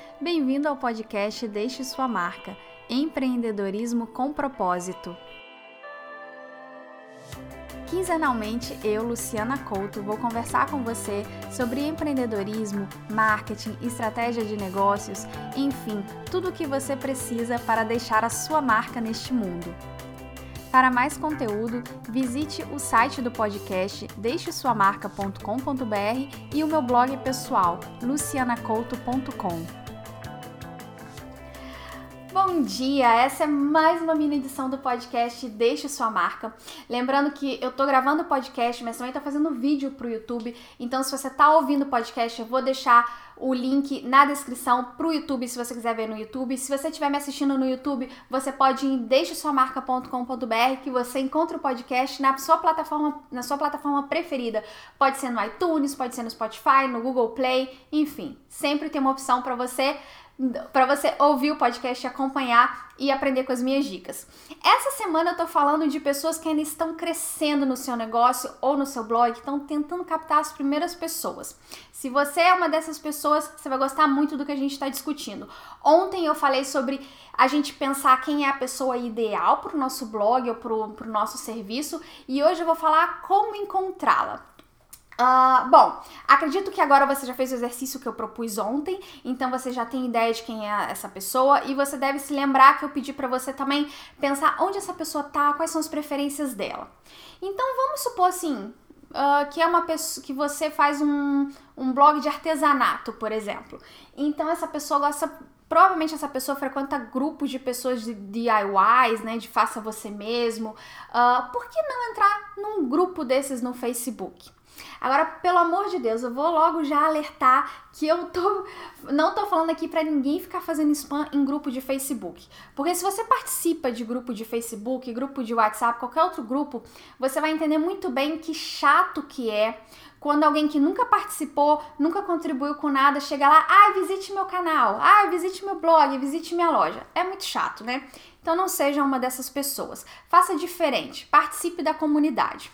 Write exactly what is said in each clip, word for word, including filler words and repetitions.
Bem-vindo ao podcast Deixe Sua Marca, empreendedorismo com propósito. Quinzenalmente, eu, Luciana Couto, vou conversar com você sobre empreendedorismo, marketing, estratégia de negócios, enfim, tudo o que você precisa para deixar a sua marca neste mundo. Para mais conteúdo, visite o site do podcast deixe sua marca ponto com ponto b r e o meu blog pessoal, luciana couto ponto com. Bom dia! Essa é mais uma mini edição do podcast Deixe Sua Marca. Lembrando que eu tô gravando o podcast, mas também tô fazendo vídeo pro YouTube. Então, se você tá ouvindo o podcast, eu vou deixar o link na descrição pro YouTube, se você quiser ver no YouTube. Se você estiver me assistindo no YouTube, você pode ir em deixe sua marca ponto com ponto b r que você encontra o podcast na sua plataforma, na sua plataforma preferida. Pode ser no iTunes, pode ser no Spotify, no Google Play, enfim. Sempre tem uma opção para você para você ouvir o podcast, acompanhar e aprender com as minhas dicas. Essa semana eu tô falando de pessoas que ainda estão crescendo no seu negócio ou no seu blog, estão tentando captar as primeiras pessoas. Se você é uma dessas pessoas, você vai gostar muito do que a gente está discutindo. Ontem eu falei sobre a gente pensar quem é a pessoa ideal para o nosso blog ou para o nosso serviço, e hoje eu vou falar como encontrá-la. Uh, bom, acredito que agora você já fez o exercício que eu propus ontem, então você já tem ideia de quem é essa pessoa e você deve se lembrar que eu pedi para você também pensar onde essa pessoa tá, quais são as preferências dela. Então vamos supor assim, uh, que é uma pessoa que você faz um, um blog de artesanato, por exemplo. Então essa pessoa gosta, provavelmente essa pessoa frequenta grupos de pessoas de D I Ys, né, de faça você mesmo. Uh, por que não entrar num grupo desses no Facebook? Agora, pelo amor de Deus, eu vou logo já alertar que eu tô, não tô falando aqui pra ninguém ficar fazendo spam em grupo de Facebook. Porque se você participa de grupo de Facebook, grupo de WhatsApp, qualquer outro grupo, você vai entender muito bem que chato que é quando alguém que nunca participou, nunca contribuiu com nada, chega lá, ah, visite meu canal, ah, visite meu blog, visite minha loja. É muito chato, né? Então não seja uma dessas pessoas. Faça diferente, participe da comunidade.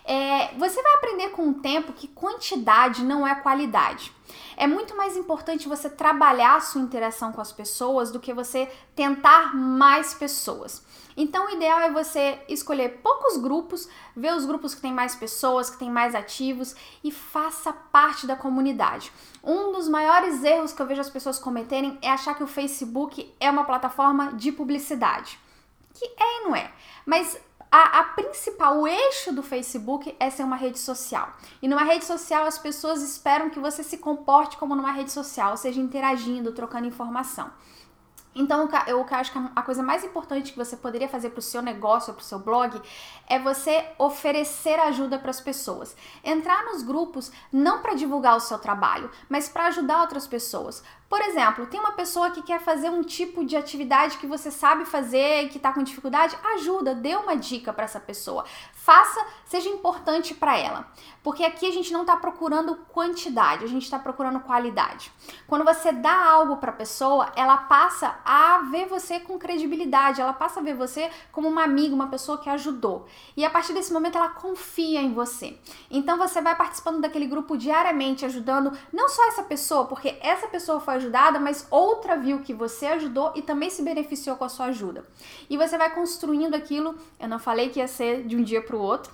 É, você vai aprender com o tempo que quantidade não é qualidade. É muito mais importante você trabalhar a sua interação com as pessoas do que você tentar mais pessoas. Então o ideal é você escolher poucos grupos, ver os grupos que tem mais pessoas, que tem mais ativos e faça parte da comunidade. Um dos maiores erros que eu vejo as pessoas cometerem é achar que o Facebook é uma plataforma de publicidade. Que é e não é, mas A, a principal, o eixo do Facebook é ser uma rede social. E numa rede social as pessoas esperam que você se comporte como numa rede social, ou seja, interagindo, trocando informação. Então, eu acho que a coisa mais importante que você poderia fazer para o seu negócio ou para o seu blog é você oferecer ajuda para as pessoas. Entrar nos grupos não para divulgar o seu trabalho, mas para ajudar outras pessoas. Por exemplo, tem uma pessoa que quer fazer um tipo de atividade que você sabe fazer e que está com dificuldade, ajuda, dê uma dica para essa pessoa. Faça, seja importante para ela. Porque aqui a gente não está procurando quantidade, a gente está procurando qualidade. Quando você dá algo para a pessoa, ela passa a ver você com credibilidade, ela passa a ver você como uma amiga, uma pessoa que ajudou. E a partir desse momento ela confia em você. Então você vai participando daquele grupo diariamente, ajudando não só essa pessoa, porque essa pessoa foi ajudada, mas outra viu que você ajudou e também se beneficiou com a sua ajuda. E você vai construindo aquilo, eu não falei que ia ser de um dia para o outro,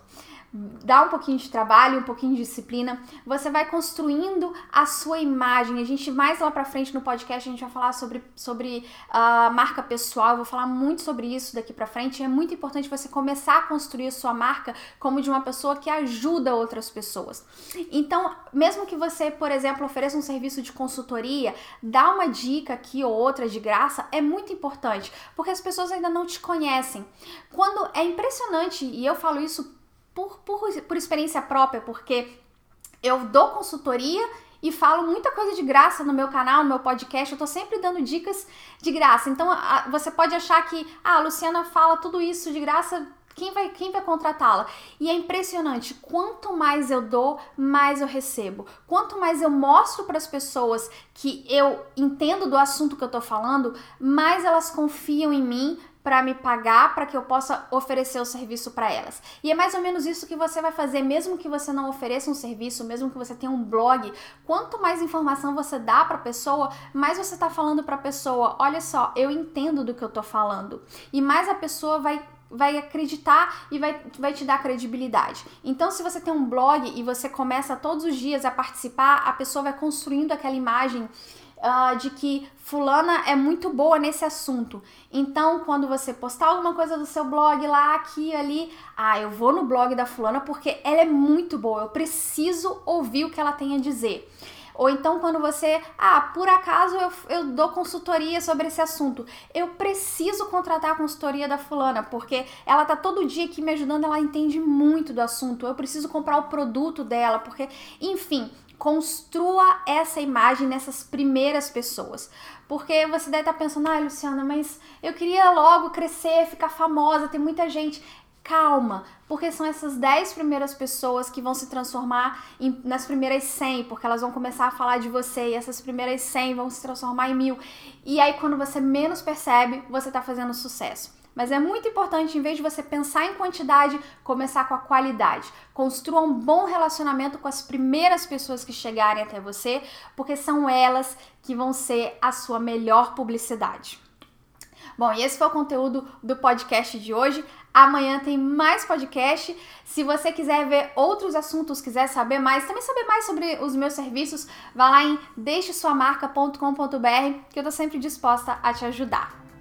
dá um pouquinho de trabalho, um pouquinho de disciplina, você vai construindo a sua imagem. A gente, mais lá pra frente no podcast, a gente vai falar sobre, sobre uh, marca pessoal, eu vou falar muito sobre isso daqui pra frente. É muito importante você começar a construir a sua marca como de uma pessoa que ajuda outras pessoas. Então, mesmo que você, por exemplo, ofereça um serviço de consultoria, dá uma dica aqui ou outra de graça, é muito importante, porque as pessoas ainda não te conhecem. Quando é impressionante, e eu falo isso Por, por, por experiência própria, porque eu dou consultoria e falo muita coisa de graça no meu canal, no meu podcast, eu tô sempre dando dicas de graça. Então, a, você pode achar que, ah, a Luciana fala tudo isso de graça, quem vai, quem vai contratá-la? E é impressionante, quanto mais eu dou, mais eu recebo. Quanto mais eu mostro para as pessoas que eu entendo do assunto que eu tô falando, mais elas confiam em mim para me pagar para que eu possa oferecer o serviço para elas. E é mais ou menos isso que você vai fazer, mesmo que você não ofereça um serviço, mesmo que você tenha um blog. Quanto mais informação você dá para a pessoa, mais você está falando para a pessoa, olha só, eu entendo do que eu tô falando. E mais a pessoa vai vai acreditar e vai, vai te dar credibilidade. Então, se você tem um blog e você começa todos os dias a participar, a pessoa vai construindo aquela imagem uh, de que fulana é muito boa nesse assunto. Então, quando você postar alguma coisa do seu blog lá, aqui, ali, ah, eu vou no blog da fulana porque ela é muito boa, eu preciso ouvir o que ela tem a dizer. Ou então quando você, ah, por acaso eu, eu dou consultoria sobre esse assunto, eu preciso contratar a consultoria da fulana, porque ela tá todo dia aqui me ajudando, ela entende muito do assunto, eu preciso comprar o produto dela, porque, enfim, construa essa imagem nessas primeiras pessoas. Porque você deve estar pensando, ah, Luciana, mas eu queria logo crescer, ficar famosa, tem muita gente. Calma, porque são essas dez primeiras pessoas que vão se transformar em, nas primeiras cem, porque elas vão começar a falar de você e essas primeiras cem vão se transformar em mil. E aí quando você menos percebe, você está fazendo sucesso. Mas é muito importante, em vez de você pensar em quantidade, começar com a qualidade. Construa um bom relacionamento com as primeiras pessoas que chegarem até você, porque são elas que vão ser a sua melhor publicidade. Bom, e esse foi o conteúdo do podcast de hoje. Amanhã tem mais podcast. Se você quiser ver outros assuntos, quiser saber mais, também saber mais sobre os meus serviços, vá lá em deixe sua marca ponto com ponto b r, que eu tô sempre disposta a te ajudar.